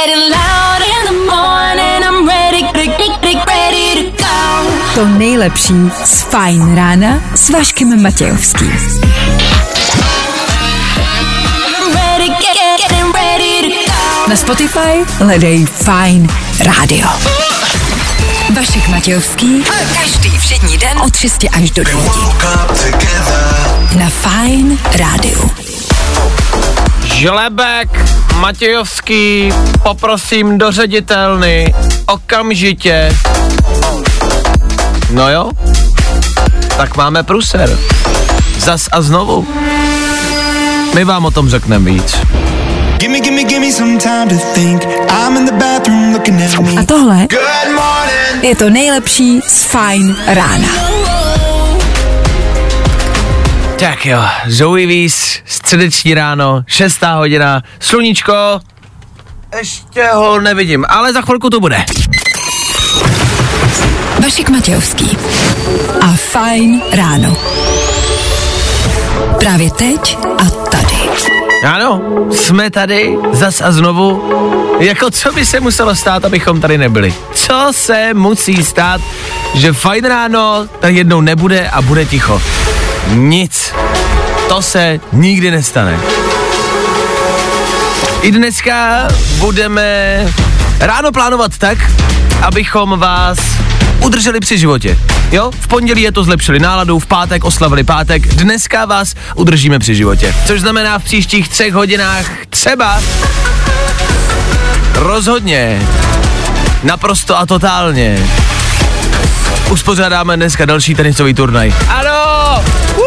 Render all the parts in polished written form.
To nejlepší z Fajn rána s Vaškem Matějovským. Na Spotify hledej Fajn rádio. Vašek Matějovský. Každý všední den od 6 až do 9. Na Fajn rádiu. Žlebek, Matějovský, poprosím do ředitelny, okamžitě. No jo, tak máme průser. Zas a znovu. My vám o tom řekneme víc. A tohle je to nejlepší z Fajn rána. Tak jo, Zoe Víz, středeční ráno, 6. hodina, sluníčko, ještě ho nevidím, ale za chvilku to bude. Vašek Matějovský a Fajn ráno. Právě teď a tady. Ano, jsme tady, zas a znovu. Jako co by se muselo stát, abychom tady nebyli? Co se musí stát, že Fajn ráno tady jednou nebude a bude ticho? Nic. To se nikdy nestane. I dneska budeme ráno plánovat tak, abychom vás udrželi při životě. Jo? V pondělí je to zlepšili náladu, v pátek oslavili pátek, dneska vás udržíme při životě. Což znamená v příštích 3 hodinách třeba rozhodně, naprosto a totálně uspořádáme dneska další tenisový turnaj. Ano!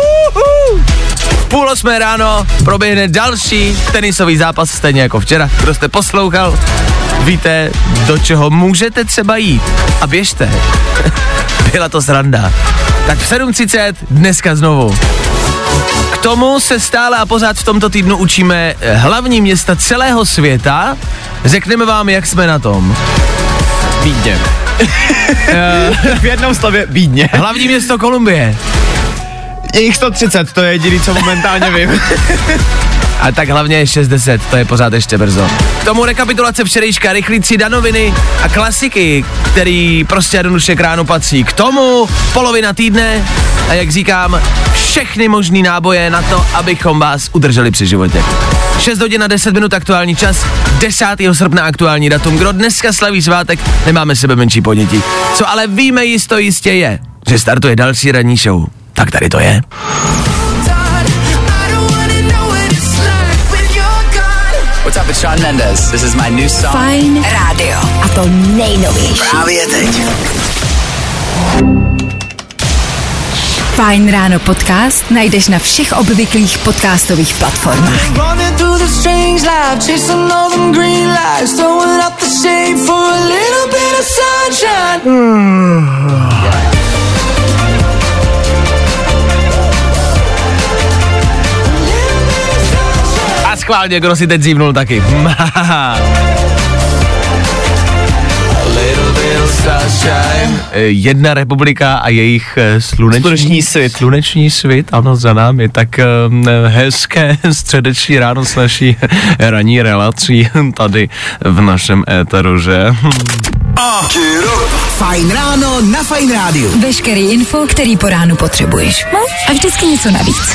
V 7:30 ráno proběhne další tenisový zápas, stejně jako včera. Kdo jste poslouchal, víte, do čeho můžete třeba jít. A běžte. Byla to sranda. Tak v 7:30 dneska znovu. K tomu se stále a pořád v tomto týdnu učíme hlavní města celého světa. Řekneme vám, jak jsme na tom. Vídně. V jednom slově Vídně. Hlavní město Kolumbie. Je jich 130, to je jediný, co momentálně vím. A tak hlavně je 60, to je pořád ještě brzo. K tomu rekapitulace včerejška, rychlíci danoviny a klasiky, který prostě jednoduše k ránu patří. K tomu polovina týdne a jak říkám, všechny možný náboje na to, abychom vás udrželi při životě. 6 hodin a 10 minut aktuální čas, 10. srpna aktuální datum. Kdo dneska slaví svátek, nemáme sebe menší ponětí. Co ale víme jistě je, že startuje další ranní show. Tak tady to je. What's up, it's Shawn Mendes. This is my new song. Fajn rádio. A to nejnovější. Právě teď. Fajn ráno podcast najdeš na všech obvyklých podcastových platformách. A schválně, kdo si teď zívnul taky. Jedna republika a jejich sluneční svit, ano, za námi, tak hezké středeční ráno s naší ranní relací tady v našem éteru, že? Fajn ráno na Fajn rádiu. Veškerý info, který po ránu potřebuješ. No? A vždycky něco navíc.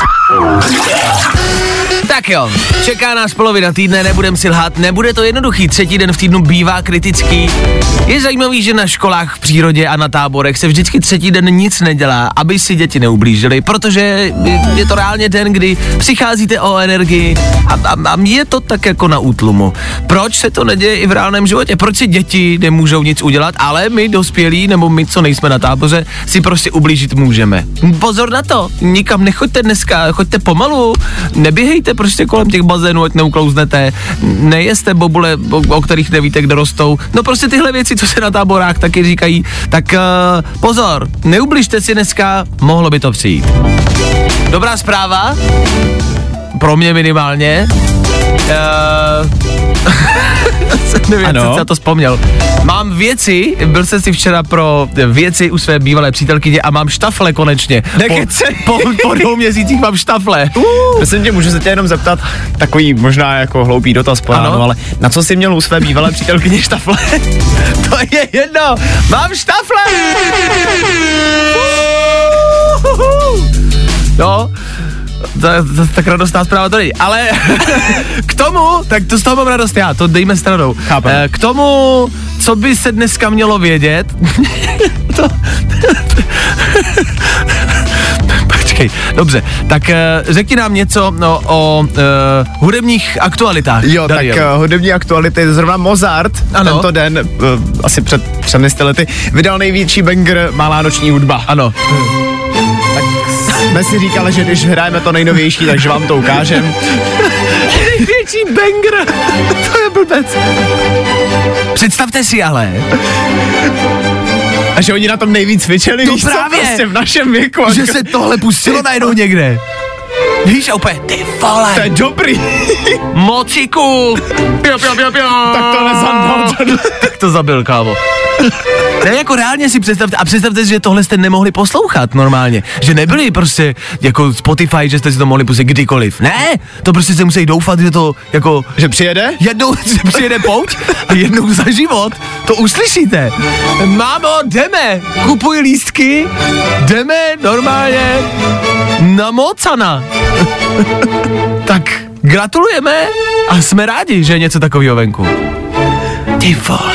Tak jo, čeká nás polovina týdne, nebudem si lhát, nebude to jednoduchý, 3. den v týdnu bývá kritický. Je zajímavý, že na školách, v přírodě a na táborech se vždycky 3. den nic nedělá, aby si děti neublížily, protože je to reálně den, kdy přicházíte o energii a je to tak jako na útlumu. Proč se to neděje i v reálném životě? Proč si děti nemůžou nic udělat, ale my dospělí, nebo my, co nejsme na táboře, si prostě ublížit můžeme. Pozor na to, nikam nechoďte dneska, choďte pomalu, neběhejte prostě kolem těch bazénů, ať neuklouznete, nejeste bobule, o kterých nevíte, kde rostou, no prostě tyhle věci, co se na táborách taky říkají, tak pozor, neubližte si dneska, mohlo by to přijít. Dobrá zpráva, pro mě minimálně, Nevím, Ano. jak jsem na to vzpomněl. Mám věci, byl jsem si včera pro věci u své bývalé přítelkyně a mám štafle konečně. Po 2 měsících mám štafle. Prosím tě, můžu se tě jenom zeptat, takový možná jako hloupý dotaz po ránu, ale na co jsi měl u své bývalé přítelkyně štafle? To je jedno, mám štafle! No, tak radostná zpráva to není, ale k tomu, tak to z toho mám radost já, to dejme stranou. Chápem. K tomu, co by se dneska mělo vědět, Počkej, dobře, tak řekni nám něco o hudebních aktualitách. Jo, Daniel. tak hudební aktuality, zrovna Mozart tento den, asi před 3 lety, vydal největší banger Malá noční hudba. Ano. Jsme si říkali, že když hrajeme to nejnovější, takže vám to ukážem. Největší banger, to je blbec. Představte si ale. A že oni na tom nejvíc cvičili, To víš co, právě. prostě v našem věku. Že se tohle pustilo najednou někde. Víš, a úplně, ty vole. To je dobrý. Moci cool. Pio. Tak to nezandal. Tak to zabil, kámo. Ne, jako reálně si představte, a představte si, že tohle jste nemohli poslouchat normálně, že nebyli prostě jako Spotify, že jste si to mohli pustit kdykoliv. Ne, to prostě se musí doufat, že to jako... Že přijede? Jednou přijede pouť a jednou za život to uslyšíte. Mámo, jdeme, kupuj lístky, jdeme normálně na Mocana. Tak gratulujeme a jsme rádi, že je něco takového venku. Ty vole.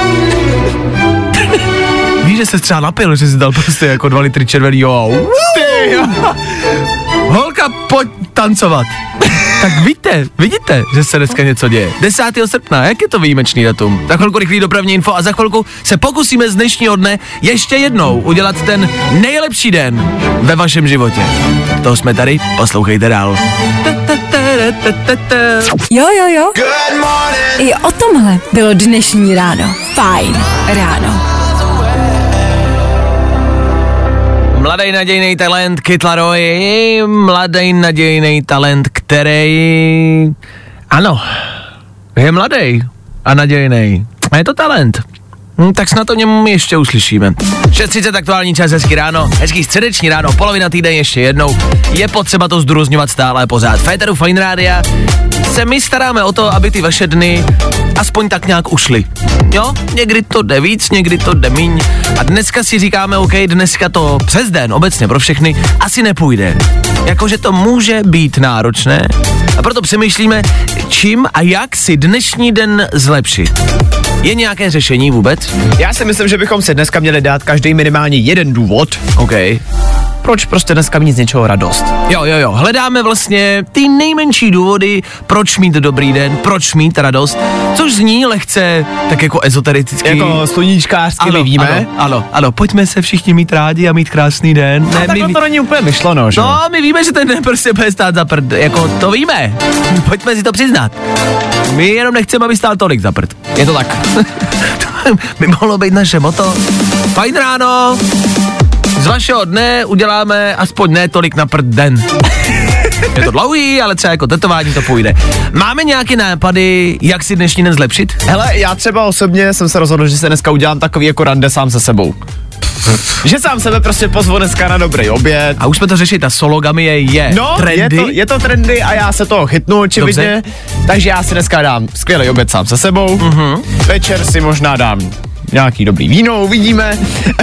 Víš, že se třeba napil, že si dal prostě jako 2 litry červenýho. Ty, holka, pojď tancovat. Tak vidíte, že se dneska něco děje. 10. srpna, jak je to výjimečný datum? Za chvilku rychlý dopravní info a za chvilku se pokusíme z dnešního dne ještě jednou udělat ten nejlepší den ve vašem životě. To jsme tady, poslouchejte dál. Jo. I o tomhle bylo dnešní ráno. Fajn ráno. Mladý nadějný talent Kid Laroi, mladý nadějný talent, který, ano, je mladý a nadějný. A je to talent. Tak snad o něm ještě uslyšíme. 6:30 aktuální čas, hezký ráno, hezký středeční ráno, polovina týden ještě jednou. Je potřeba to zdůrazňovat stále pořád. V éteru Fajn rádia se my staráme o to, aby ty vaše dny aspoň tak nějak ušly. Jo, někdy to jde víc, někdy to jde míň. A dneska si říkáme, OK, dneska to přes den, obecně pro všechny, asi nepůjde. Jakože to může být náročné. A proto přemýšlíme, čím a jak si dnešní den zlepšit. Je nějaké řešení vůbec? Já si myslím, že bychom si dneska měli dát každý minimálně jeden důvod, OK. proč prostě dneska mít z něčeho radost. Jo, hledáme vlastně ty nejmenší důvody, proč mít dobrý den, proč mít radost, což zní lehce tak jako ezotericky. Jako sluníčkářsky, my víme. Ano, pojďme se všichni mít rádi a mít krásný den. Ne, takhle to není úplně myšleno, že? No, my víme, že ten den prostě bude stát za prd, jako to víme, pojďme si to přiznat. My jenom nechceme, aby stál tolik za prd. Je to tak. To by mohlo být naše motto. Fajn ráno. Z vašeho dne uděláme aspoň ne tolik na prd den. Je to dlouhý, ale třeba jako tetování to půjde. Máme nějaké nápady, jak si dnešní den zlepšit? Hele, já třeba osobně jsem se rozhodl, že se dneska udělám takový jako rande sám se sebou. Že sám sebe prostě pozvu dneska na dobrý oběd. A už jsme to řešili, ta sologamie je trendy. Je to trendy a já se toho chytnu očividně. Takže já si dneska dám skvělý oběd sám se sebou. Večer si možná dám nějaký dobrý víno, uvidíme.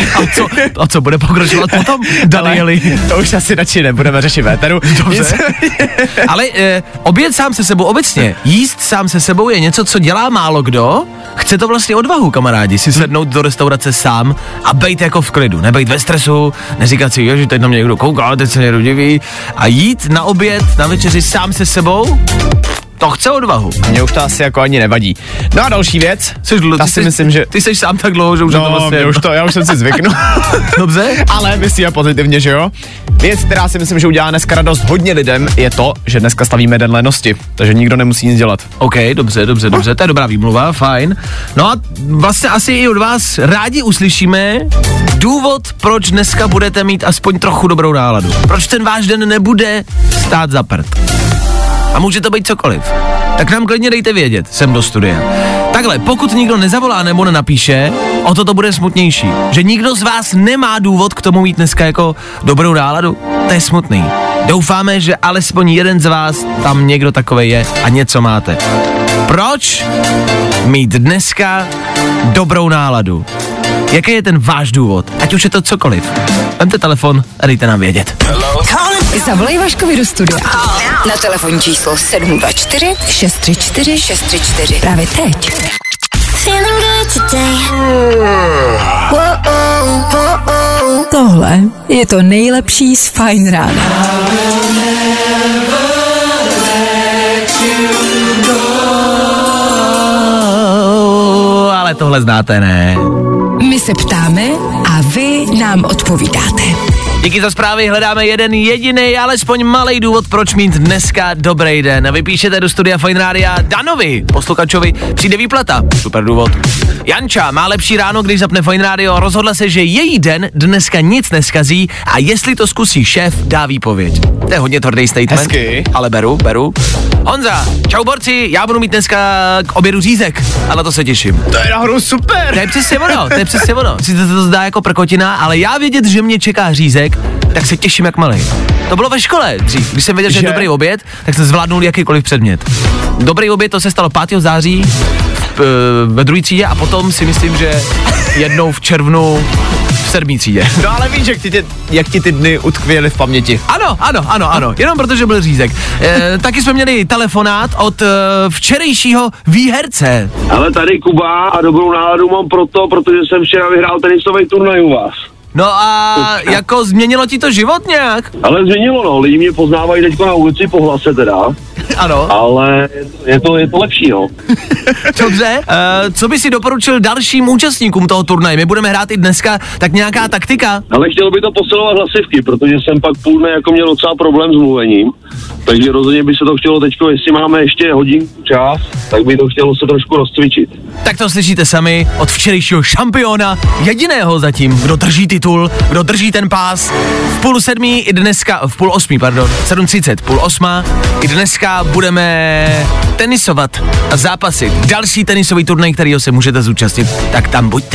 A co bude pokračovat potom, Danieli? To už asi radši nebudeme řešit véteru. Dobře. Ale oběd sám se sebou obecně, jíst sám se sebou je něco, co dělá málo kdo. Chce to vlastně odvahu, kamarádi, si sednout do restaurace sám a bejt jako v klidu, nebejt ve stresu, neříkat si, že teď na mě někdo kouká, teď se někdo diví a jít na oběd, na večeři sám se sebou. To chce odvahu. Mně už to asi jako ani nevadí. No a další věc. Myslím, že ty jsi sám tak dlouho, že už to vlastně... já už jsem si zvyknul. Dobře. Ale myslíme pozitivně, že jo? Věc, která si myslím, že udělá dneska radost hodně lidem, je to, že dneska stavíme den lenosti. Takže nikdo nemusí nic dělat. OK, dobře, to je dobrá výmluva, fajn. No a vlastně asi i od vás rádi uslyšíme důvod, proč dneska budete mít aspoň trochu dobrou náladu. Proč ten váš den nebude stát za prd. A může to být cokoliv. Tak nám klidně dejte vědět, sem do studia. Takhle, pokud nikdo nezavolá nebo nenapíše, o to bude smutnější. Že nikdo z vás nemá důvod k tomu mít dneska jako dobrou náladu, to je smutný. Doufáme, že alespoň jeden z vás tam někdo takovej je a něco máte. Proč mít dneska dobrou náladu? Jaký je ten váš důvod? Ať už je to cokoliv. Vemte telefon a dejte nám vědět. Zavolej Vaškovi do studia. Na telefonní číslo 724 634 634. Právě teď. Tohle je to nejlepší z Fajn rána. Ale tohle znáte, ne? My se ptáme a vy nám odpovídáte. Díky za zprávy hledáme jeden jediný, alespoň malej důvod, proč mít dneska dobrý den. Vypíšete do studia Fajn rádia Danovi, posluchačovi, přijde výplata. Super důvod. Janča má lepší ráno, když zapne Fajn rádio, rozhodla se, že její den dneska nic neskazí a jestli to zkusí šéf, dá výpověď. To je hodně tvrdý statement. Hezky. Ale beru. Honza, čau borci, já budu mít dneska k obědu řízek a na to se těším. To je nahoru super. To je přesně ono. Sice to zdá jako prkotina, ale já vědět, že mě čeká řízek, tak se těším jak malej. To bylo ve škole dřív, když jsem věděl, že je dobrý oběd, tak jsem zvládnul jakýkoliv předmět. Dobrý oběd, to se stalo 5. září ve 2. třídě a potom si myslím, že jednou v červnu v 7. třídě. No ale víš, jak ti ty dny utkvěly v paměti. Ano, jenom protože byl řízek. Taky jsme měli telefonát od včerejšího výherce. Ale tady Kuba a dobrou náladu mám protože jsem včera vyhrál tenisový turnaj u vás. No a jako změnilo ti to život nějak? Ale změnilo, no, lidi mě poznávají teďko na ulici po hlase teda. Ano. Ale je to lepší, no. Dobře, co by si doporučil dalším účastníkům toho turnaje? My budeme hrát i dneska, tak nějaká taktika? Ale chtěl by to posilovat hlasivky, protože jsem pak půl dne jako měl docela problém s mluvením. Takže rozhodně by se to chtělo teďko, jestli máme ještě hodinku čas, tak by to chtělo se trošku rozcvičit. Tak to slyšíte sami od včerejšího šampiona, jediného zatím, kdo drží titul, kdo drží ten pás. v 7:30, 7:30, i dneska budeme tenisovat a zápasit. Další tenisový turnaj, kterýho se můžete zúčastnit, tak tam buďte.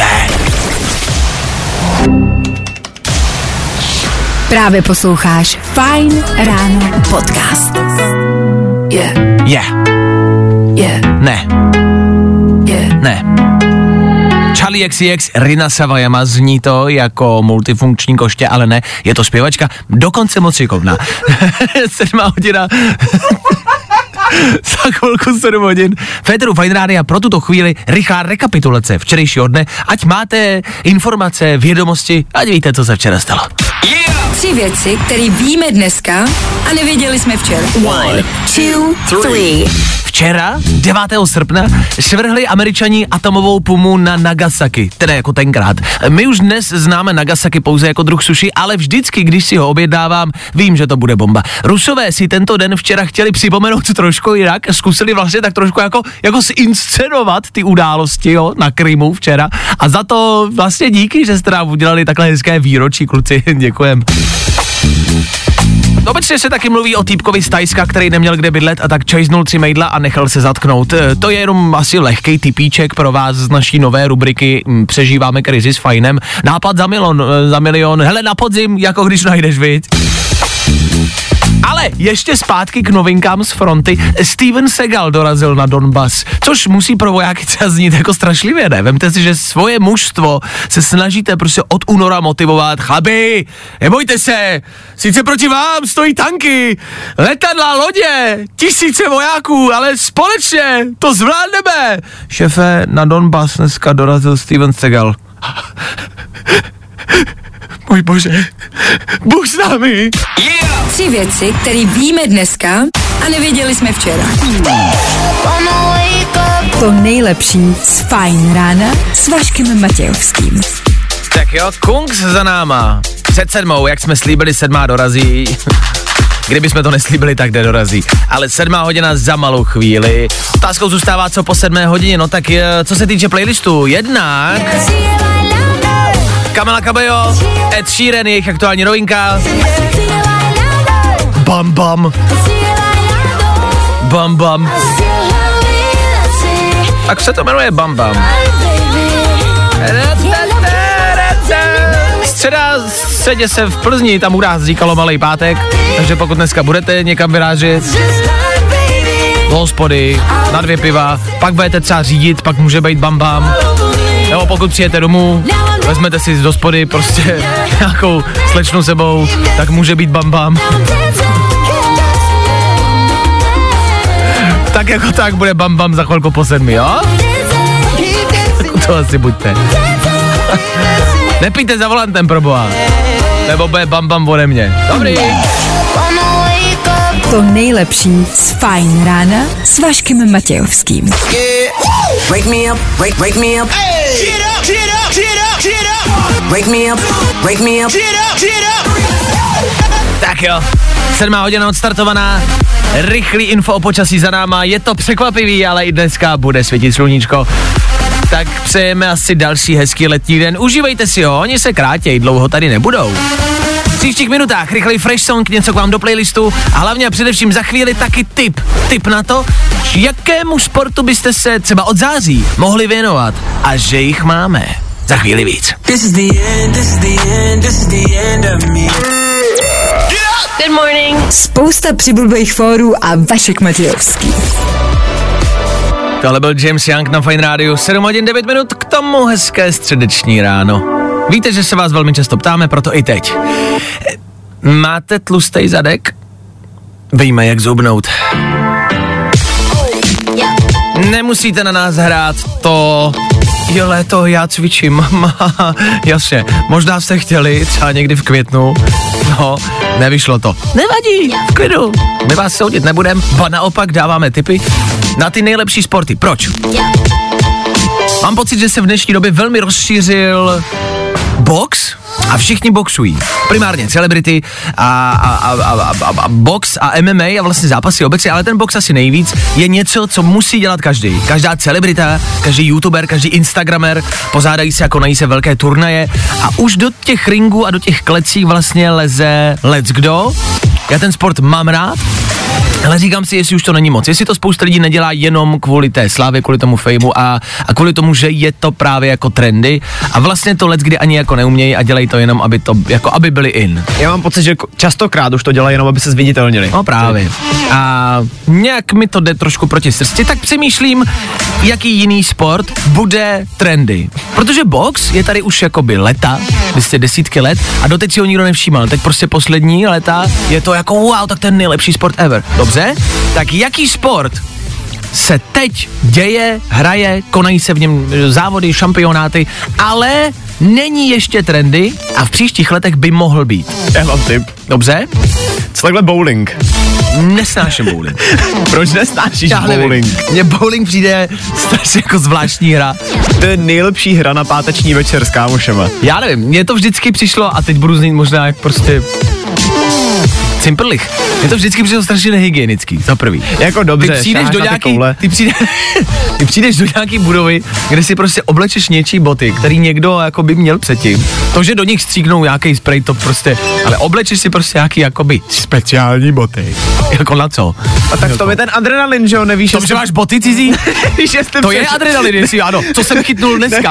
Právě posloucháš Fajn ráno podcast. Ne. Charli XCX, Rina Sawayama, zní to jako multifunkční koště, ale ne, je to zpěvačka, dokonce moc šikovná. 7 hodina. Za chvilku 7 hodin. Féteru Fajn rádia pro tuto chvíli rychlá rekapitulace včerejšího dne, ať máte informace, vědomosti, ať víte, co se včera stalo. 3 věci, které víme dneska a nevěděli jsme včera. 1, 2, 3. Včera, 9. srpna, svrhli Američani atomovou pumu na Nagasaki, teda jako tenkrát. My už dnes známe Nagasaki pouze jako druh suši, ale vždycky, když si ho objednávám, vím, že to bude bomba. Rusové si tento den včera chtěli připomenout trošku jinak, zkusili vlastně tak trošku jako zinscenovat ty události, jo, na Krymu včera. A za to vlastně díky, že jste nám udělali takhle hezké výročí, kluci, děkujem. Obecně se taky mluví o týpkovi z Thajska, který neměl kde bydlet a tak čajznul 3 mejdla a nechal se zatknout. To je jenom asi lehkej tipíček pro vás z naší nové rubriky Přežíváme krizi s Fajnem. Nápad za milion, hele na podzim, jako když najdeš, viď? Ale ještě zpátky k novinkám z fronty. Steven Seagal dorazil na Donbas, což musí pro vojáky třeba znít jako strašlivě, ne? Vemte si, že svoje mužstvo se snažíte prostě od února motivovat. Chlapi, nebojte se, sice proti vám stojí tanky, letadla, lodě, 1000 vojáků, ale společně to zvládneme. Šefe, na Donbas dneska dorazil Steven Seagal. Můj bože, Bůh s námi. 3 věci, které víme dneska a nevěděli jsme včera. To nejlepší z Fajn rána s Vaškem Matějovským. Tak jo, Kungs za náma. Před 7, jak jsme slíbili, 7 dorazí. Kdyby jsme to neslíbili, tak nedorazí. Ale 7 hodina za malou chvíli. Otázkou zůstává, co po 7 hodině. No tak co se týče playlistu, jednak Camila Cabello, Ed Sheeran, jejich aktuální novinka. Bam bam. Bam bam. Tak se to jmenuje Bam Bam. Středě se v Plzni, tam u nás říkalo Malej pátek, takže pokud dneska budete někam vyrážet do hospody, na 2 piva, pak budete třeba řídit, pak může být Bam Bam. Nebo pokud přijete domů, vezmete si z hospody prostě nějakou slečnu sebou, tak může být Bam Bam. Tak jako tak bude Bam Bam za chvilku po 7, jo? Tak to asi buďte. Nepijte za volantem, proboha. Nebo bude Bam Bam ode mě. Dobrý. To nejlepší z Fajn rána s Vaškem Matějovským. Wake me up, wake me up. Get up, get up, get up, get up. Wake me up, wake me up. Get up. Tak jo, 7 hodina odstartovaná, rychlý info o počasí za náma, je to překvapivý, ale i dneska bude svítit sluníčko. Tak přejeme asi další hezký letní den, užívejte si ho, oni se krátěj, dlouho tady nebudou. V příštích minutách rychlej fresh song, něco k vám do playlistu a hlavně a především za chvíli taky tip na to, jakému sportu byste se třeba od září mohli věnovat a že jich máme. Za chvíli víc. Good morning. Spousta přibulbých fórů a Vašek Matějovský. Tohle byl James Young na Fajn rádiu, 7 hodin 9 minut, k tomu hezké středeční ráno. Víte, že se vás velmi často ptáme, proto i teď. Máte tlustej zadek? Víme, jak zubnout. Nemusíte na nás hrát to... Jo, léto, já cvičím. Jasně, možná jste chtěli, třeba někdy v květnu. No, nevyšlo to. Nevadí, v klidu. My vás soudit nebudem, ba naopak dáváme tipy na ty nejlepší sporty. Proč? Mám pocit, že se v dnešní době velmi rozšířil box a všichni boxují. Primárně celebrity a box a MMA a vlastně zápasy obecně, ale ten box asi nejvíc je něco, co musí dělat každý. Každá celebrita, každý youtuber, každý instagramer, pořádají se a konají se velké turnaje a už do těch ringů a do těch klecí vlastně leze leckdo. Já ten sport mám rád, ale říkám si, jestli už to není moc, jestli to spousta lidí nedělá jenom kvůli té slávě, kvůli tomu fejmu a kvůli tomu, že je to právě jako trendy a vlastně to leckdy ani jako neumějí a dělají to jenom, aby byli in. Já mám pocit, že častokrát už to dělají jenom, aby se zviditelnili. No právě. A nějak mi to jde trošku proti srsti, tak přemýšlím, jaký jiný sport bude trendy. Protože box je tady už jakoby leta, desítky let a doteď si ho nikdo nevšímal. Teď prostě poslední leta je to jako wow, tak ten nejlepší sport ever. Dobře? Tak jaký sport se teď děje, hraje, konají se v něm závody, šampionáty, ale není ještě trendy a v příštích letech by mohl být. Já mám tip. Dobře? Co takhle bowling? Nesnáším bowling. Proč nesnášíš bowling? Mně bowling přijde strašně jako zvláštní hra. To je nejlepší hra na páteční večer s kámošema. Já nevím, mně to vždycky přišlo a teď budu znít možná jak prostě... Cimprlich. Mně to vždycky přišlo strašně nehygienický, za prvý. Jako dobře, ty přijdeš do nějaký budovy, kde si prostě oblečeš něčí boty, který někdo jako by měl předtím. To, že do nich stříknou nějaký spray, to prostě, ale oblečeš si prostě nějaký jakoby speciální boty. Jako na co? A tak to je ten adrenalin, že jo, nevíš, že máš boty cizí? To je adrenalin, jestli ano. Co jsem chytnul dneska?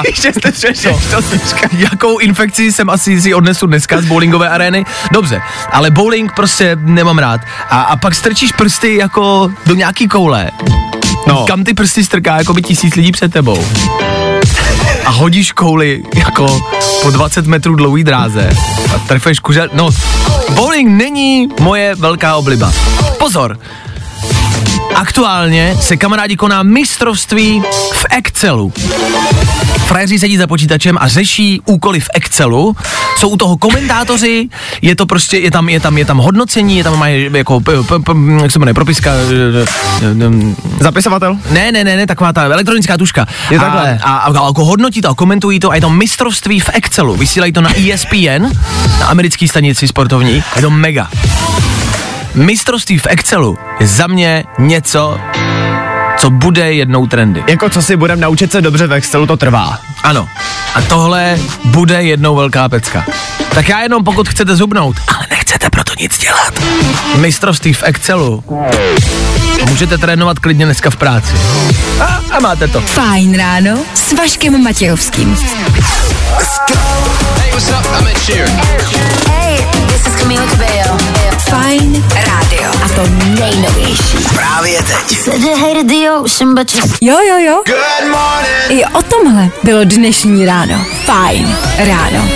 Jakou infekci jsem asi si odnesu dneska z bowlingové arény? Dobře, ale bowling prostě nemám rád. A pak strčíš prsty jako do nějaký koule. No. Kam ty prsty strká jako by 1000 lidí před tebou. A hodíš kouli jako po 20 metrů dlouhý dráze a trefeš kuře. No, bowling není moje velká obliba. Pozor. Aktuálně se, kamarádi, koná mistrovství v Excelu. Frajeři sedí za počítačem a řeší úkoly v Excelu. Jsou u toho komentátoři, je to prostě, je tam hodnocení, je tam mají jako, jak se jmenuje, propiska. Zapisovatel? Ne, taková ta elektronická tuška. Je takhle. A hodnotí to a komentují to a je to mistrovství v Excelu. Vysílají to na ESPN, na americký stanici sportovní. Je to mega. Mistrovství v Excelu je za mě něco, co bude jednou trendy. Jako co si budeme naučit se dobře v Excelu, to trvá. Ano. A tohle bude jednou velká pecka. Tak já jenom, pokud chcete zhubnout, ale nechcete proto nic dělat. Mistrovství v Excelu To můžete trénovat klidně dneska v práci. A máte to. Fajn ráno s Vaškem Matějovským. Hey, what's up? I'm Ed Sheeran. Hey, this is Camila Cabello. Fajn rádio. A to nejnovější. Právě teď. Jo. Good morning. I o tomhle bylo dnešní ráno. Fajn ráno.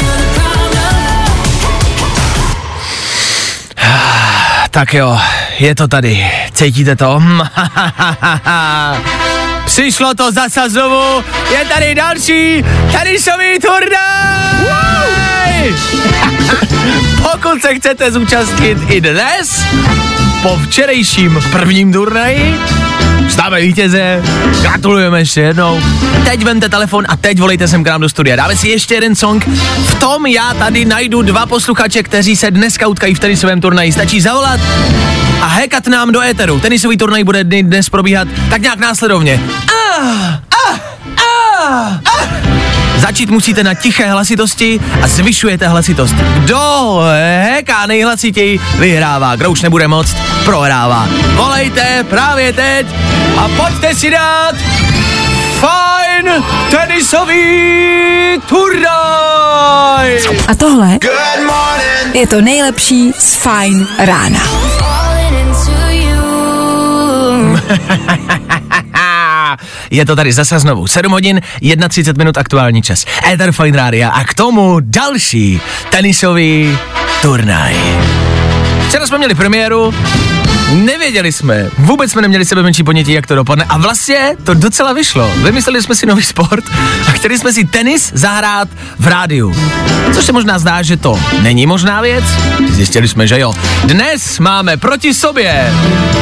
Tak jo, je to tady. Cítíte to? Přišlo to zase znovu. Je tady další tenisový turnaj. Pokud se chcete zúčastnit i dnes, po včerejším prvním turnaji, známe vítěze, gratulujeme ještě jednou. Teď vemte telefon a teď volejte sem k nám do studia. Dáme si ještě jeden song. V tom já tady najdu 2 posluchače, kteří se dneska utkají v tenisovém turnaji. Stačí zavolat a hekat nám do éteru. Tenisový turnaj bude dnes probíhat tak nějak následovně. Začít musíte na tiché hlasitosti a zvyšujete hlasitost. Kdo heká nejhlasitěji, vyhrává. Kdo už nebude moct, prohrává. Volejte právě teď a pojďte si dát fajn tenisový turnaj. A tohle Good morning. je to nejlepší z Fajn rána. Je to tady zase znovu. 7 hodin, 31 minut aktuální čas. Éter Fajn rádia a k tomu další tenisový turnaj. Včera jsme měli premiéru, nevěděli jsme, vůbec jsme neměli sebe menší ponětí, jak to dopadne a vlastně to docela vyšlo. Vymysleli jsme si nový sport a chtěli jsme si tenis zahrát v rádiu. Což se možná zdá, že to není možná věc, zjistili jsme, že jo. Dnes máme proti sobě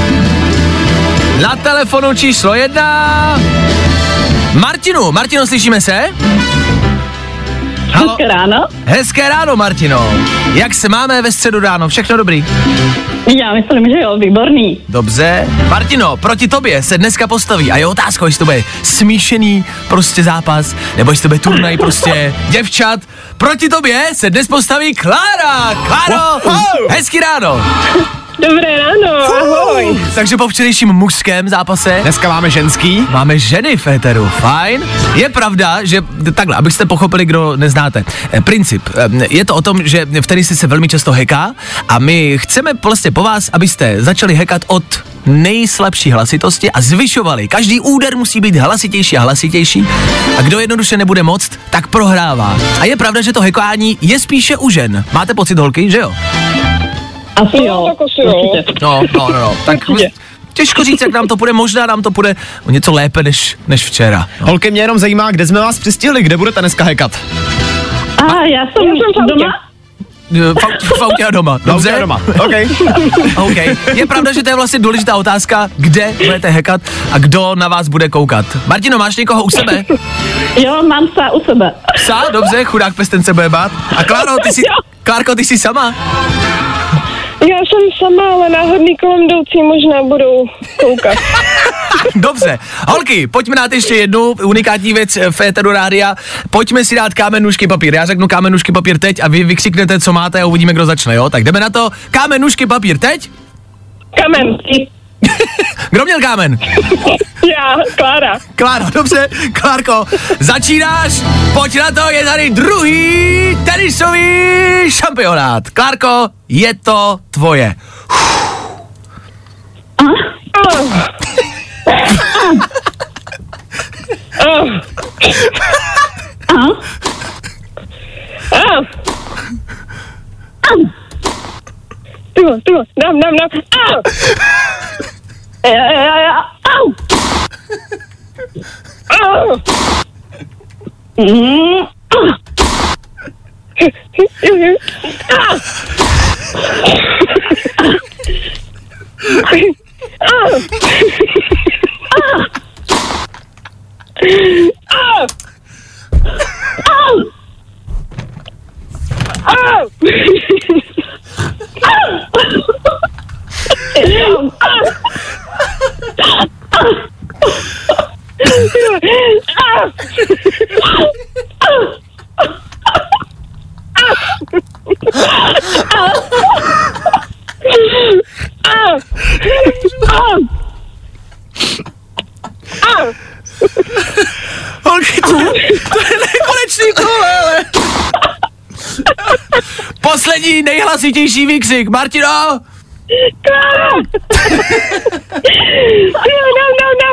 na telefonu číslo 1 Martino, slyšíme se? Halo? Hezké ráno. Hezké ráno, Martino. Jak se máme ve středu ráno? Všechno dobrý? Já myslím, že jo, výborný. Dobře. Martino, proti tobě se dneska postaví a je otázka, jestli to bude smíšený prostě zápas, nebo jestli to bude turnaj prostě děvčat. Proti tobě se dnes postaví Klára. Kláro, hezký ráno. Dobré ráno, ahoj. Takže po včerejším mužském zápase Dneska máme ženský. máme ženy v éteru. Fajn. Je pravda, že takhle, abyste pochopili, kdo neznáte. Princip. Je to o tom, že v tenise se velmi často heká a my chceme vlastně po vás, abyste začali hekat od nejslabší hlasitosti a zvyšovali. Každý úder musí být hlasitější a hlasitější a kdo jednoduše nebude moct, tak prohrává. A je pravda, že to hekání je spíše u žen. Máte pocit, holky, že jo? Asi jo, určitě. No. Tak těžko říct, jak nám to půjde, možná nám to půjde o něco lépe než včera. No. Holky, mě jenom zajímá, kde jsme vás přistihli, kde budete dneska hekat? Já jsem doma. V autě a doma. Dobře? Doma. OK. Je pravda, že to je vlastně důležitá otázka, kde budete hekat a kdo na vás bude koukat. Martino, máš někoho u sebe? Jo, mám psa u sebe. Psa? Dobře, chudák pes, ten se bude bát. A Klárko, ty jsi sama? Já jsem sama, ale náhodný kolem jdoucí možná budou koukat. Dobře. Holky, pojďme dát ještě jednu unikátní věc v éteru rádia. Pojďme si dát kámen, nůžky, papír. Já řeknu kámen, nůžky, papír teď a vy vykřiknete, co máte a uvidíme, kdo začne, jo? Tak jdeme na to. Kámen, nůžky, papír teď? Kamen. Kdo měl kámen? Já, Klára. Klára, dobře. Klárko, začínáš. Pojď na to, je tady druhý tenisový šampionát. Klárko, je to tvoje. Tyvo, dám. Holky, to je nekonečný kole, ale... Poslední nejhlasitější výkřik. Martino! Klára! Dám.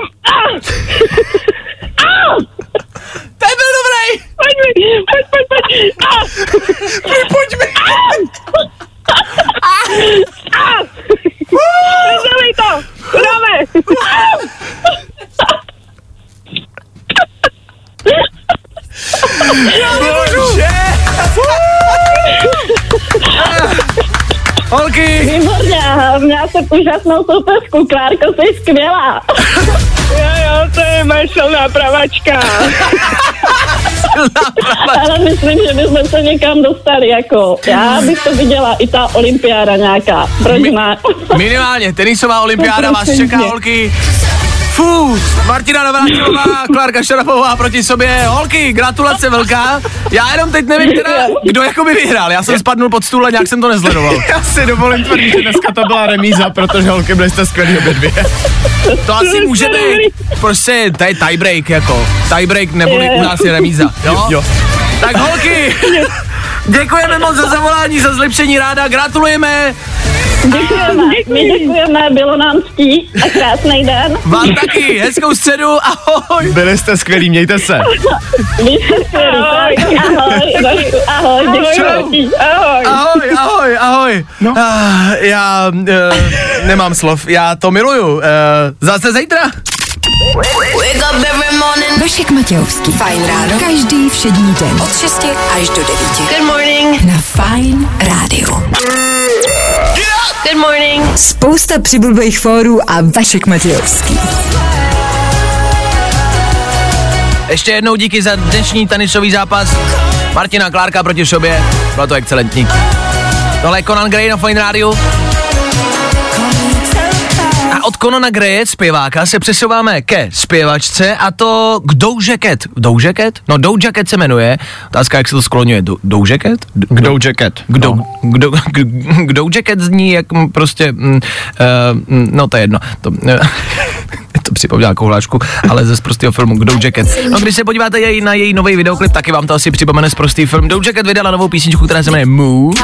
To byl dobrý! Pojď. Pojďme! Rozdělej to! Dáme! Bože! Holky! Výborně, měla jsem úžasnou soupeřku, Klárko, jsi skvělá. Jo, to je moje silná pravačka. Ale myslím, že bychom se někam dostali, jako, já bych to viděla, i ta olympiáda nějaká, proč ne? Minimálně, tenisová olympiáda vás čeká, holky. Martina Navrátilová, Klárka Šarapová proti sobě. Holky, gratulace velká. Já jenom teď nevím teda, kdo jakoby vyhrál. Já jsem spadnul pod stůl a nějak jsem to nezledoval. Já si dovolím tvrdit, že dneska to byla remíza, protože holky byly jste skvělý obě dvě. To asi může být. Prostě to je tiebreak, jako. Tiebreak neboli u nás je remíza. Jo? Tak holky, děkujeme moc za zavolání, za zlepšení ráda, gratulujeme. Děkujeme, bylo nám ctí a krásný den. Vám taky, hezkou středu, ahoj. Byli jste skvělí, mějte se. Ahoj, děkuji. Ahoj. No. Já nemám slov, já to miluju. Zase zítra. Vašek Matějovský. Fajn ráno. Každý všední den. Od 6 až do 9. Good morning. Na Fajn rádiu. Good morning. Spousta přibulbých fórů a Vašek Matějovský. Ještě jednou díky za dnešní tenisový zápas. Martina Klárka proti sobě. Bylo to excelentní. Tohle je Conan Gray na Fajn rádiu. A od Conana Graye, zpěváka, se přesouváme ke zpěvačce, a to k Doja Cat. Doja Cat? No, Doja Cat se jmenuje. Otázka, jak se to skloňuje. Doja Cat? K Doja Cat. K Doja Cat zní jak prostě, no to je jedno. To připomíná kohláčku, ale ze prostého filmu k Doja Cat. No, když se podíváte na její nový videoklip, taky vám to asi připomene z prostý film. Doja Cat vydala novou písničku, která se jmenuje Move.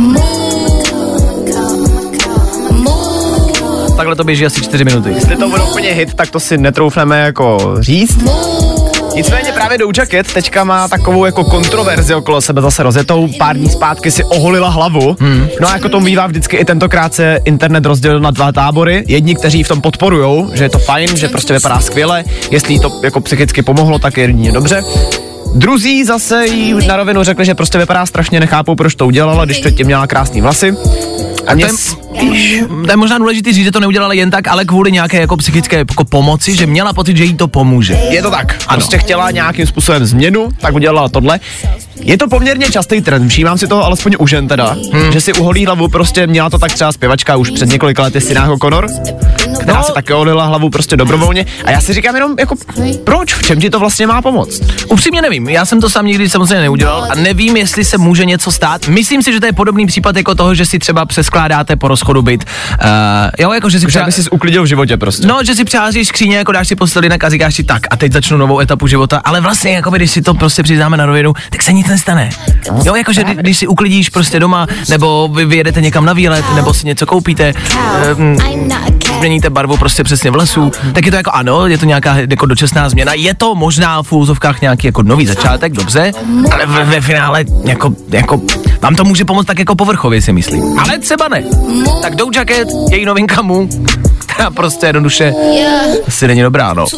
Takhle to běží asi 4 minuty. Jestli to bude úplně hit, tak to si netroufneme jako říct. Nicméně právě Doja Cat teďka má takovou jako kontroverzi okolo sebe zase rozjetou. Pár dní zpátky si oholila hlavu. No a jako tomu bývá vždycky, i tentokrát se internet rozdělil na 2 tábory. Jedni, kteří v tom podporujou, že je to fajn, že prostě vypadá skvěle. Jestli jí to jako psychicky pomohlo, tak je jedině dobře. Druzí zase jí na rovinu řekli, že prostě vypadá strašně, nechápou, proč to udělala, když předtím měla krásný vlasy. A to je možná důležitý říct, že to neudělala jen tak, ale kvůli nějaké jako psychické jako pomoci, že měla pocit, že jí to pomůže. Je to tak. Prostě chtěla nějakým způsobem změnu, tak udělala tohle. Je to poměrně častý trend, všímám si toho alespoň u žen teda, že si uholí hlavu, prostě měla to tak třeba zpěvačka už před několika lety Sinead O'Connor, která si také oholila hlavu prostě dobrovolně, a já si říkám jenom jako proč, v čem ti to vlastně má pomoct? Upřímně nevím, já jsem to sám nikdy samozřejmě neudělal a nevím, jestli se může něco stát. Myslím si, že to je podobný případ jako toho, že si třeba přeskládáte po rozchodu byt. Jo, jako že si aby jsi uklidil v životě prostě. No, že si přeházíš skříně, jako dáš si postelínek a říkáš si tak a teď začnu novou etapu života, ale vlastně jako když si to prostě přiznáme na rovinu, tak se nic nestane. Jo, jakože když si uklidíš prostě doma, nebo vy vyjedete někam na výlet, nebo si něco koupíte, změníte barvu prostě přesně vlasů, tak je to jako ano, je to nějaká jako dočasná změna, je to možná v úzovkách nějaký jako nový začátek, dobře, ale ve finále jako vám to může pomoct tak jako povrchově, si myslím. Ale třeba ne. Tak Doja Cat, její novinka Move, která prostě jednoduše asi není dobrá, no.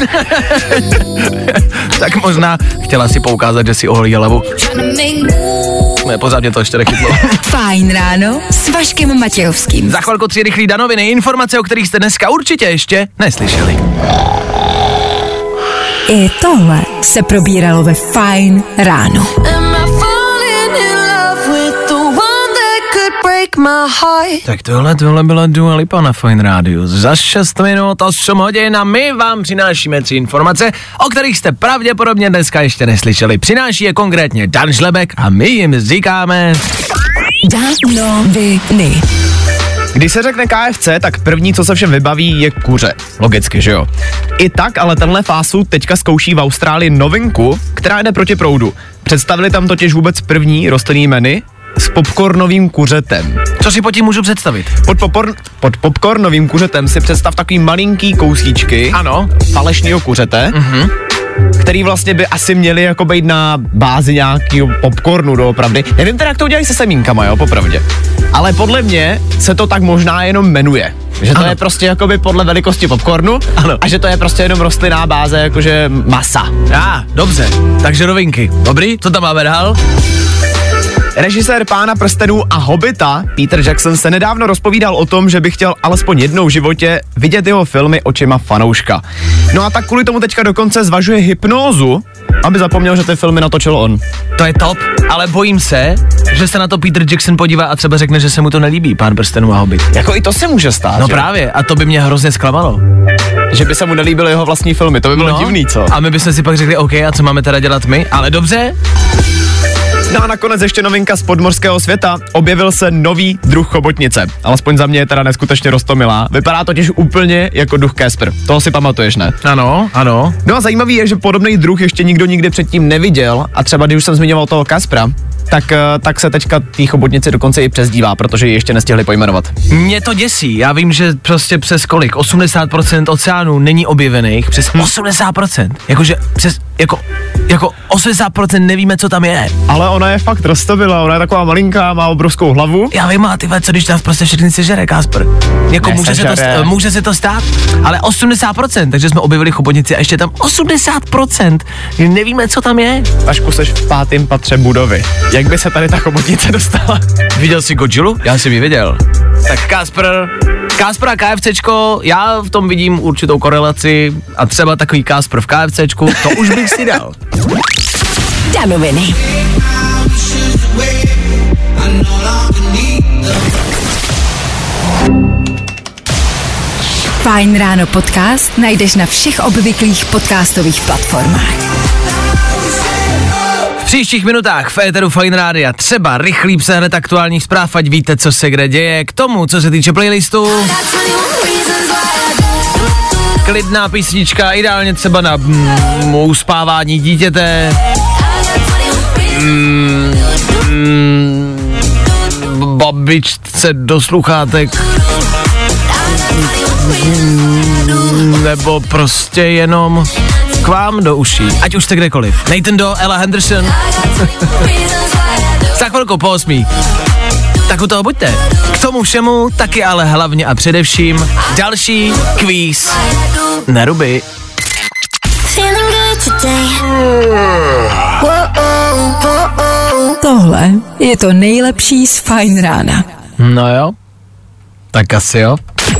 Tak možná chtěla si poukázat, že si oholí hlavu. Ne, pořád mě to ještě nechytlo. Fajn ráno s Vaškem Matějovským. Za chvilku 3 rychlý danoviny, informace, o kterých jste dneska určitě ještě neslyšeli. I tohle se probíralo ve Fajn ráno. Tak tohle byla Dua Lipa na Fajn rádiu. Za 6 minut 8 hodin a my vám přinášíme 3 informace, o kterých jste pravděpodobně dneska ještě neslyšeli. Přináší je konkrétně Dan Žlebek a my jim říkáme... Danoviny. Když se řekne KFC, tak první, co se všem vybaví, je kuře. Logicky, že jo? I tak, ale tenhle fast food teďka zkouší v Austrálii novinku, která jde proti proudu. Představili tam totiž vůbec první rostlinný menu s popcornovým kuřetem. Co si pod tím můžu představit? Pod popcornovým kuřetem si představ takový malinký kousíčky. Ano. Falešnýho kuřete. Který vlastně by asi měli jako být na bázi nějakého popcornu doopravdy. Nevím teda, jak to udělají se semínkama, jo, popravdě. Ale podle mě se to tak možná jenom jmenuje. Že to je prostě jakoby podle velikosti popcornu. Ano. A že to je prostě jenom rostlinná báze, jakože masa. Dobře, takže novinky. Dobrý, co tam máme dál? Režisér Pána prstenů a Hobita Peter Jackson se nedávno rozpovídal o tom, že by chtěl alespoň jednou v životě vidět jeho filmy očima fanouška. No a tak kvůli tomu teďka dokonce zvažuje hypnózu, aby zapomněl, že ty filmy natočil on. To je top, ale bojím se, že se na to Peter Jackson podívá a třeba řekne, že se mu to nelíbí, Pán prstenů a Hobit. Jako i to se může stát. No že? právě, a to by mě hrozně zklamalo. Že by se mu nelíbily jeho vlastní filmy, to by bylo divný, co? A my bychom si pak řekli, OK, a co máme teda dělat my? Ale dobře. No a nakonec ještě novinka z podmořského světa. Objevil se nový druh chobotnice. Alespoň za mě je teda neskutečně roztomilá. Vypadá totiž úplně jako duch Casper. Toho si pamatuješ, ne? Ano. No a zajímavý je, že podobný druh ještě nikdo nikdy předtím neviděl. A třeba když už jsem zmiňoval toho Caspera, tak se teďka tý chobotnici dokonce i přezdívá, protože ji ještě nestihli pojmenovat. Mě to děsí. Já vím, že prostě přes kolik? 80% oceánů není objevených. Přes 80%. Jakože přes, jako 80% nevíme, co tam je. Ale ona je fakt roztomilá, ona je taková malinká, má obrovskou hlavu. Já vím, a ty co když nás prostě všechny sežere, Kasper? Jako může se to stát, ale 80%, takže jsme objevili chobotnici a ještě tam 80%, nevíme, co tam je. Vašku, seš v 5. patře budovy. Jak by se tady ta chobotnice dostala? Viděl jsi Godzillu? Já jsem ji viděl. Tak Kasper a KFCčko, já v tom vidím určitou korelaci a třeba takový Kasper v KFCčku, to už bych si dal. Danoviny. Fajn ráno podcast najdeš na všech obvyklých podcastových platformách. V příštích minutách v éteru Fajn rádia třeba rychlý přehled aktuálních zpráv, ať víte, co se kde děje. K tomu, co se týče playlistu, klidná písnička, ideálně třeba na uspávání dítěte, babičce do sluchátek, nebo prostě jenom k vám do uší, ať už jste kdekoliv. Nathan Doe, Ella Henderson. Za chvilku po 8. Tak u toho buďte. K tomu všemu taky ale hlavně a především další kvíz na ruby. Tohle je to nejlepší z Fajn rána. No jo, tak asi jo.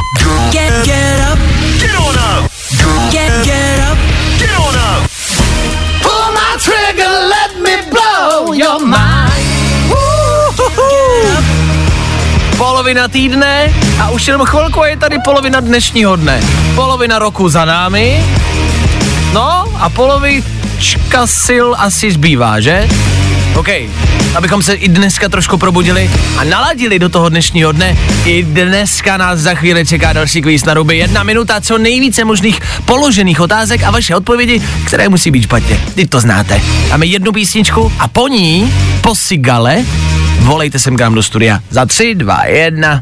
Polovina týdne a už jenom chvilku je tady polovina dnešního dne. Polovina roku za námi. No a polovička sil asi zbývá, že? OK, abychom se i dneska trošku probudili a naladili do toho dnešního dne, i dneska nás za chvíli čeká další kvíz na ruby. 1 minuta, co nejvíce možných položených otázek a vaše odpovědi, které musí být špatně. Vy to znáte. Máme jednu písničku a po ní, po Sigale, volejte sem k nám do studia. Za 3, 2, 1.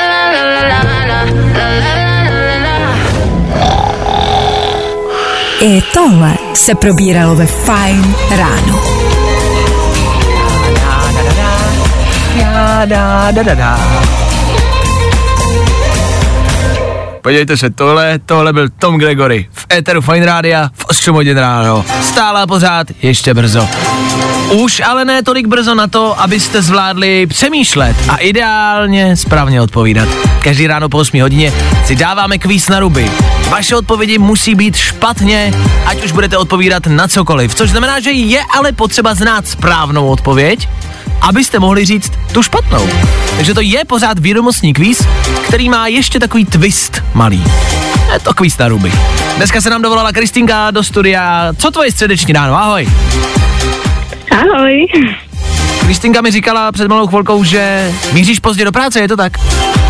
I tohle se probíralo ve Fajn ráno. Podívejte se, tohle byl Tom Gregory v éteru Fajn rádia v 8 hodin ráno. Stále a pořád ještě brzo. Už ale ne tolik brzo na to, abyste zvládli přemýšlet a ideálně správně odpovídat. Každý ráno po 8 hodině si dáváme kvíz na ruby. Vaše odpovědi musí být špatně, ať už budete odpovídat na cokoliv, což znamená, že je ale potřeba znát správnou odpověď, abyste mohli říct tu špatnou. Takže to je pořád vědomostní kvíz, který má ještě takový twist malý. Je to kvíz na ruby. Dneska se nám dovolala Kristýnka do studia. Co tvoje středeční ráno? Ahoj. Ahoj. Kristýnka mi říkala před malou chvilkou, že míříš pozdě do práce, je to tak?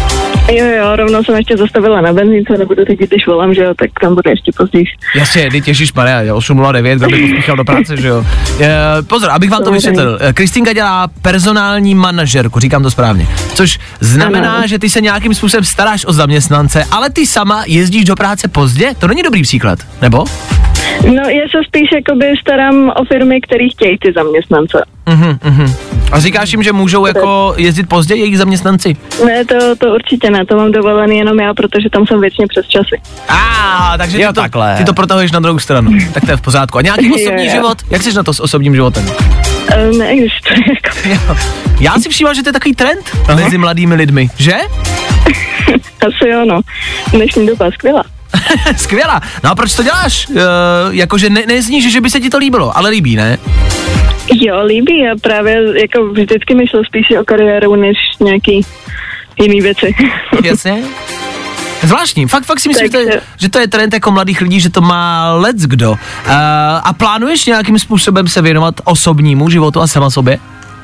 Jo, rovnou jsem ještě zastavila na benzínce, nebudu teď, když volám, že jo, tak tam bude ještě později. Jasně, ty těšíš, Maria, 8:09, kdo by pospíchal do práce, že jo. Pozor, abych vám to vysvětlil. Kristýnka dělá personální manažerku, říkám to správně, což znamená, že ty se nějakým způsobem staráš o zaměstnance, ale ty sama jezdíš do práce pozdě? To není dobrý příklad, nebo? No, já se spíš jakoby starám o firmy, které chtějí ty zaměstnance. A říkáš jim, že můžou jako jezdit pozdě jejich zaměstnanci? Ne, to určitě ne, to mám dovolený jenom já, protože tam jsem většině přes časy. Takže ty to protahuješ na druhou stranu. Tak to je v pořádku. A nějaký osobní život? Jak jsi na to s osobním životem? Neexistuje jako. Já si všímám, že to je takový trend mezi mladými lidmi, že? Asi jo, no. Dnešní doba skvělá. Skvělá. No a proč to děláš? Jakože nezníš, že by se ti to líbilo, ale líbí, ne? Jo, líbí a právě jako vždycky mi šlo spíš o kariéru, než nějaký jiný věci. Jasně. Zvláštní. Fakt si myslím, že to je trend jako mladých lidí, že to má leckdo. A plánuješ nějakým způsobem se věnovat osobnímu životu a sama sobě?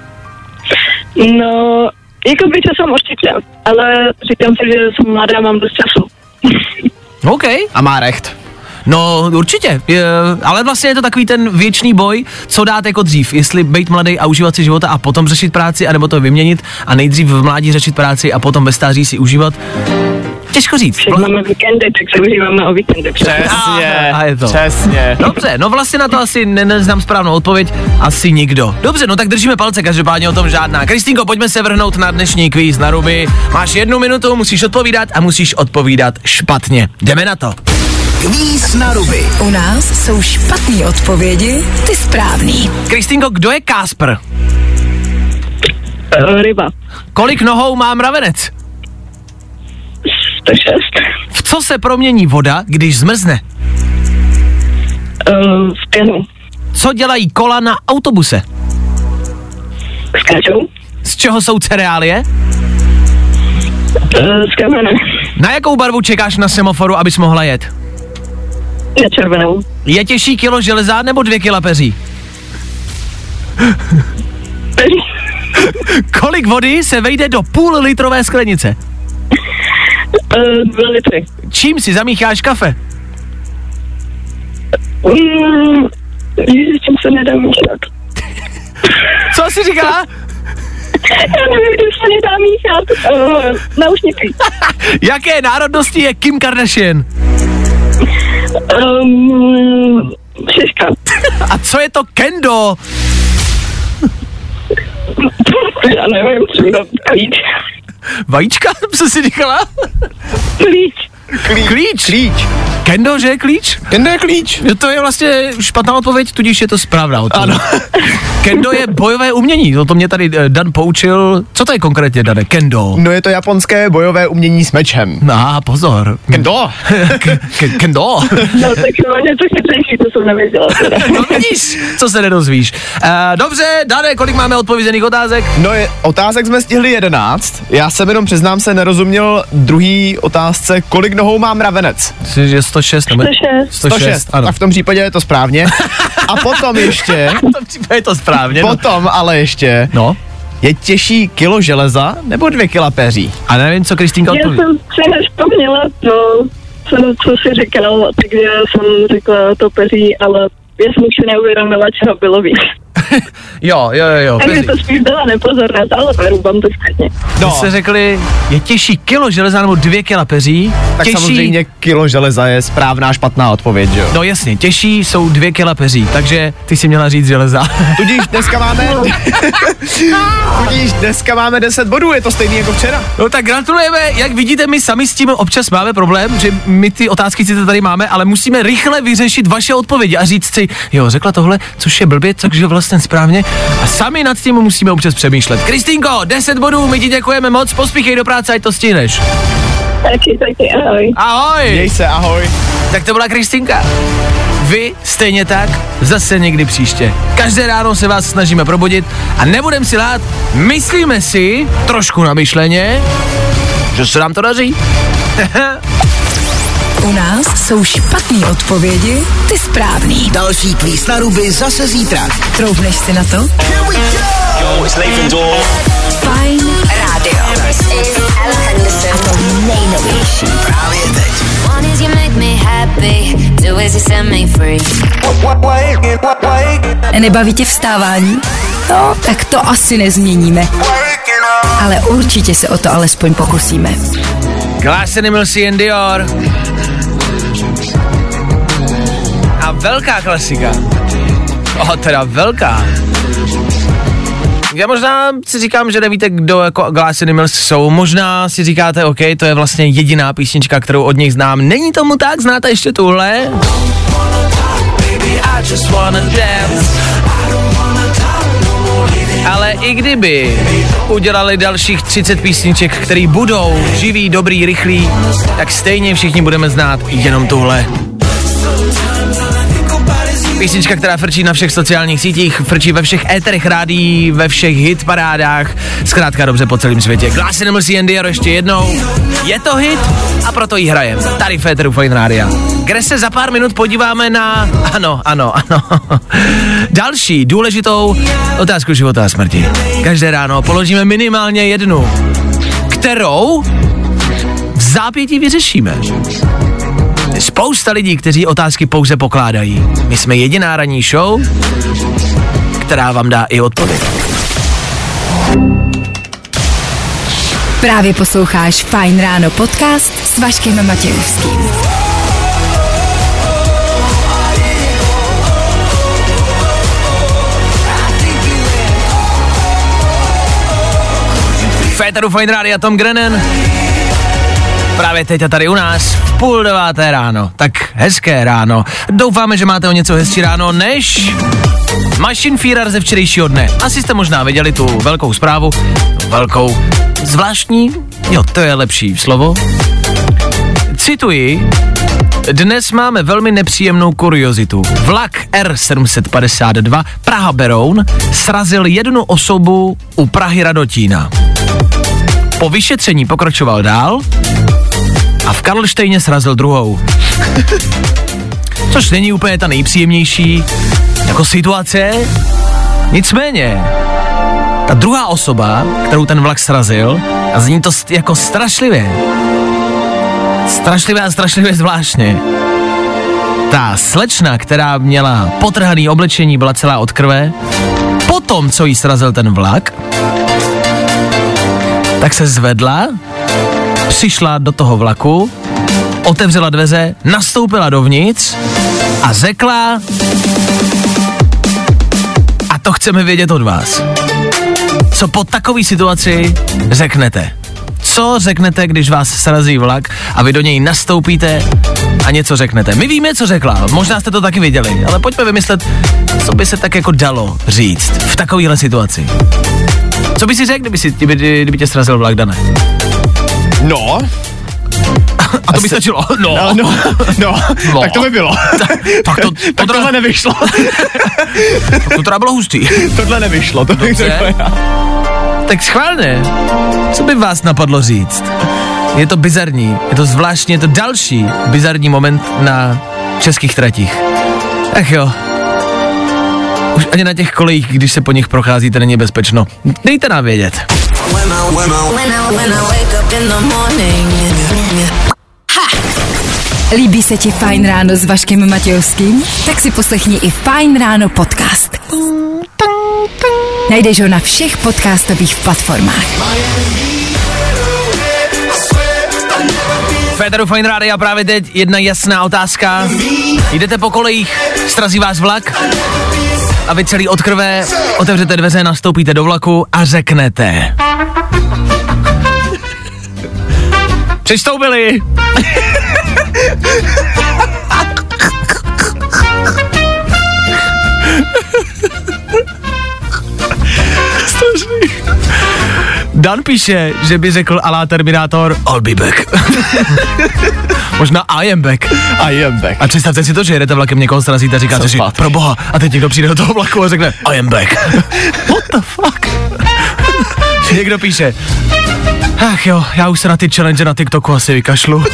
No, jako by časem určitě, ale říkám si, že jsem mladá, mám dost času. OK. A má recht. No určitě, ale vlastně je to takový ten věčný boj, co dát jako dřív, jestli být mladý a užívat si života a potom řešit práci, anebo to vyměnit a nejdřív v mládí řešit práci a potom ve stáří si užívat. Těžko říct. Však máme víkendy, tak se užíváme o víkendy. Přesně, a je to. Přesně. Dobře, no vlastně na to asi neznám správnou odpověď, asi nikdo. Dobře, no tak držíme palce, každopádně o tom žádná. Kristýnko, pojďme se vrhnout na dnešní kvíz na ruby. Máš 1 minutu, musíš odpovídat a musíš odpovídat špatně. Jdeme na to. Kvíz na ruby. U nás jsou špatný odpovědi, ty správný. Kristýnko, kdo je Káspr? Ryba. Kolik nohou má mravenec? 106. V co se promění voda, když zmrzne? V pěnu. Co dělají kola na autobuse? Skáčou. Z čeho jsou cereálie? Z kamene. Na jakou barvu čekáš na semaforu, abys mohla jet? Na červenou. Je těžší kilo železa nebo 2 kila peří? Peří. Kolik vody se vejde do půl-litrové sklenice? 2 litry. Čím si zamícháš kafe? Čím se nedá míchat. Co jsi říkala? Já nevím, když se nedá míchat. Náušnicí. Jaké národnosti je Kim Kardashian? Šiška. A co je to kendo? Já nevím, třeba klíč. Vajíčka? Co jsi říkala? Klíč. Kendo, že je klíč? Kendo je klíč. To je vlastně špatná odpověď, tudíž je to správná odpověď. Ano. Kendo je bojové umění, to mě tady Dan poučil. Co to je konkrétně, Dane? Kendo. No je to japonské bojové umění s mečem. Pozor. Kendo. Kendo. No tak něco chytřejší, to jsem nevěděla. No vidíš, co se nedozvíš. Dobře, Dane, kolik máme odpovězených otázek? No otázek jsme stihli 11. Já jsem jenom přiznám se nerozuměl druhý otázce, kolik nohou má mravenec. Je 106, nebo? 106, ano. Tak v tom případě je to správně. A potom ještě... V tom případě je to správně. Potom ale ještě... No? Je těžší kilo železa nebo 2 kila peří? A nevím, co Kristýnka odpoví. Já jsem si nevzpomněla to, co jsi říkal, takže jsem řekla to peří, ale já jsem už si neuvědomila, čeho bylo víc. Jo. Takže to spíš byla nepozornost, ale perubám to špatně. No. Vy jste řekli, je těžší kilo železa nebo 2 kila peří? Tak těžší... samozřejmě kilo železa je správná špatná odpověď, jo? No jasně, těžší jsou 2 kila peří, takže ty si měla říct železa. Tudíž dneska máme 10 bodů, je to stejný jako včera. No tak gratulujeme, jak vidíte, my sami s tím občas máme problém, že my ty otázky sice tady máme, ale musíme rychle vyřešit vaše odpovědi a říct si, jo, řekla tohle, což je blbě, takže vlastně správně a sami nad tím musíme občas přemýšlet. Kristýnko, 10 bodů, my ti děkujeme moc, pospíchej do práce, ať to stihneš. Taky, ahoj. Ahoj. Měj se, ahoj. Tak to byla Kristýnka. Vy stejně tak, zase někdy příště. Každé ráno se vás snažíme probudit a nebudem si lhát, myslíme si, trošku namyšleně, že se nám to daří. U nás jsou špatný odpovědi, ty správný. Další kvíz na ruby zase zítra. Troufneš si na to? Yo, it's Nathan Dawe. Fajn rádio. A to nejnovější. Právě teď. Nebaví tě vstávání? No, tak to asi nezměníme. Ale určitě se o to alespoň pokusíme. Glass Animals and Dior. A velká klasika. Teda velká. Já možná si říkám, že nevíte, kdo jako Glass Animals jsou. Možná si říkáte, OK, to je vlastně jediná písnička, kterou od nich znám. Není tomu tak? Znáte ještě tuhle? Ale i kdyby udělali dalších 30 písniček, které budou živý, dobrý, rychlý, tak stejně všichni budeme znát jenom tuhle. Písnička, která frčí na všech sociálních sítích, frčí ve všech éterech rádií, ve všech hitparádách, zkrátka dobře po celém světě. Glass Animals and Dior ještě jednou. Je to hit a proto ji hrajem. Tady v éteru Fajn Rádia. Kde se za pár minut podíváme na... Ano. Další důležitou otázku života a smrti. Každé ráno položíme minimálně jednu, kterou v zápětí vyřešíme. Spousta lidí, kteří otázky pouze pokládají. My jsme jediná ranní show, která vám dá i odpověď. Právě posloucháš Fajn ráno podcast s Vaškem Matějovským. Féteru Fajn Rádia Tom Grennan. Právě teď a tady u nás v 8:30 ráno. Tak hezké ráno. Doufáme, že máte o něco hezčí ráno než Maschinenführer ze včerejšího dne. Asi jste možná viděli tu velkou zprávu. Velkou. Zvláštní? Jo, to je lepší slovo. Cituji. Dnes máme velmi nepříjemnou kuriozitu. Vlak R752 Praha-Beroun srazil jednu osobu u Prahy Radotína. Po vyšetření pokračoval dál a v Karlštejně srazil druhou. Což není úplně ta nejpříjemnější jako situace. Nicméně, ta druhá osoba, kterou ten vlak srazil, a zní to jako strašlivě zvláštně. Ta slečna, která měla potrhaný oblečení, byla celá od krve, potom, co jí srazil ten vlak, tak se zvedla, přišla do toho vlaku, otevřela dveře, nastoupila dovnitř a řekla: a to chceme vědět od vás. Co po takové situaci řeknete? Co řeknete, když vás srazí vlak a vy do něj nastoupíte a něco řeknete? My víme, co řekla, možná jste to taky viděli, ale pojďme vymyslet, co by se tak jako dalo říct v takovéhle situaci. Co by si řekl, kdyby tě srazil vlak, Dane? No. A to by stačilo. No. Tak to by bylo. Tak tohle nevyšlo. To teda bylo hustý. Tohle nevyšlo. To bych řekl já. Tak schválně. Co by vás napadlo říct? Je to bizarní, je to zvláštní, je to další bizarní moment na českých tratích. Ach jo. Už ani na těch kolejích, když se po nich procházíte, není bezpečno. Dejte nám vědět. Líbí se ti Fajn ráno s Vaškem Matějovským? Tak si poslechni i Fajn ráno podcast. Najdeš ho na všech podcastových platformách. Féteru Fajn Rádia právě teď jedna jasná otázka. Jdete po kolejích, srazí vás vlak a vy celý od krve otevřete dveře, nastoupíte do vlaku a řeknete: přistoupili. Strašný. Dan píše, že by řekl à la Terminátor I'll be back. Možná I am back. A představte si to, že jedete vlakem, někoho srazíte a říkáte si pro boha, a teď někdo přijde do toho vlaku a řekne I am back. What the fuck? Někdo píše: ach jo, já už se na ty challenge na TikToku asi vykašlu.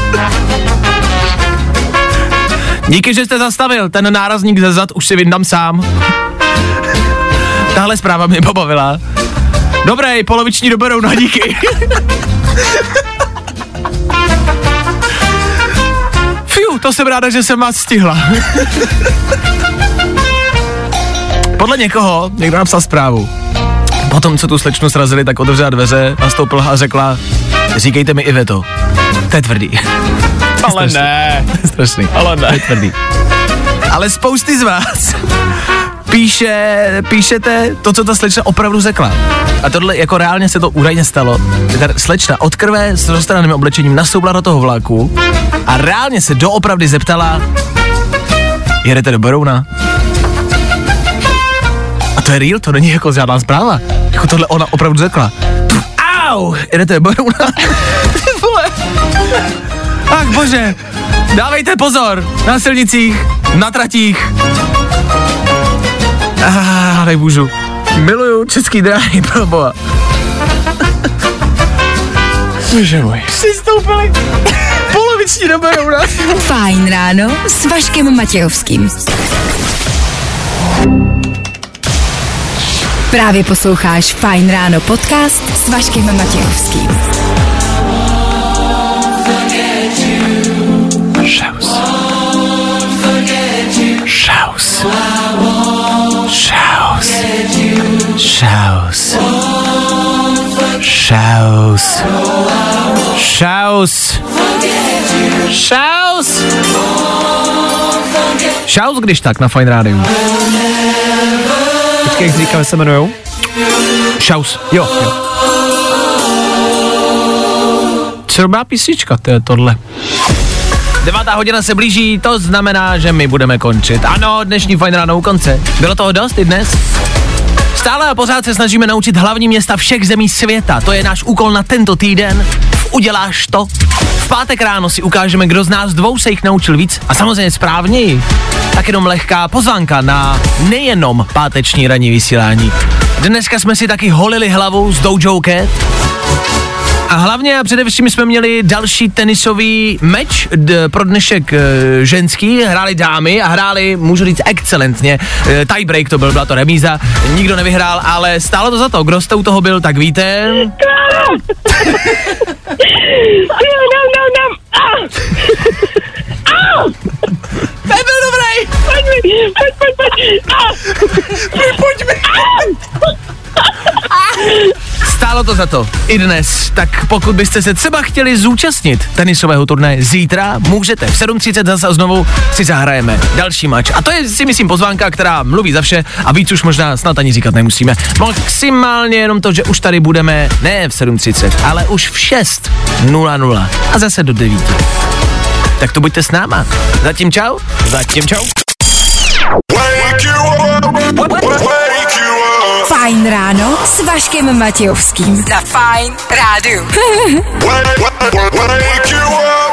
Díky, že jste zastavil, ten nárazník ze zad už si vyndám sám. Tahle zpráva mě pobavila. Dobrý, poloviční do Berouna, díky. Fiu, to jsem ráda, že jsem vás stihla. Podle někoho, někdo napsal zprávu. Potom, co tu slečnu srazili, tak otevřela dveře, nastoupila a řekla, říkejte mi Iveto. To je tvrdý. Ale ne. Strašný. Ale ne. To je tvrdý. Ale spousty z vás píšete to, co ta slečna opravdu řekla. A tohle jako reálně se to údajně stalo. Ta slečna od krve s roztrhaným oblečením nastoupila do toho vlaku a reálně se doopravdy zeptala, jedete do Berouna? A to je real, to není jako žádná zpráva. Jako tohle ona opravdu řekla. Au, jedete do Berouna? Ach bože, dávejte pozor na silnicích, na tratích. Nemůžu. Miluju český dráhy, proboha. Bože můj. Přistoupili. Poloviční do Berouna. Fajn ráno s Vaškem Matějovským. Právě posloucháš Fajn ráno podcast s Vaškem Matějovským. Šaus. Šaus. Šaus. Šaus. Šaus. Šaus. Šaus. Šaus, když tak na Fajn rádiu. Počkej, jak říkáme, se jmenujou? Šaus. Jo. Co dobrá písnička, to je tohle. 9. hodina se blíží, to znamená, že my budeme končit. Ano, dnešní Fajn ráno u konce. Bylo toho dost i dnes? Stále a pořád se snažíme naučit hlavní města všech zemí světa. To je náš úkol na tento týden. Uděláš to? V pátek ráno si ukážeme, kdo z nás dvou se jich naučil víc a samozřejmě správněji. Tak jenom lehká pozvánka na nejenom páteční ranní vysílání. Dneska jsme si taky holili hlavu s Dojo Cat. A hlavně a především jsme měli další tenisový meč pro dnešek ženský, hráli dámy a hráli, můžu říct, excelentně. Tiebreak to byl, byla to remíza, nikdo nevyhrál, ale stálo to za to. Kdo jste u toho byl, tak víte. Nebyl dobrý! Pojďme! Stálo to za to i dnes, tak pokud byste se třeba chtěli zúčastnit tenisového turnaje zítra, můžete. V 7:30 zase znovu si zahrajeme další mač. A to je, si myslím, pozvánka, která mluví za vše a víc už možná snad ani říkat nemusíme. Maximálně jenom to, že už tady budeme ne v 7:30, ale už v 6:00 a zase do 9. Tak to buďte s náma. Zatím čau. Zatím čau. Fajn ráno s Vaškem Matějovským. Na Fajn rádiu.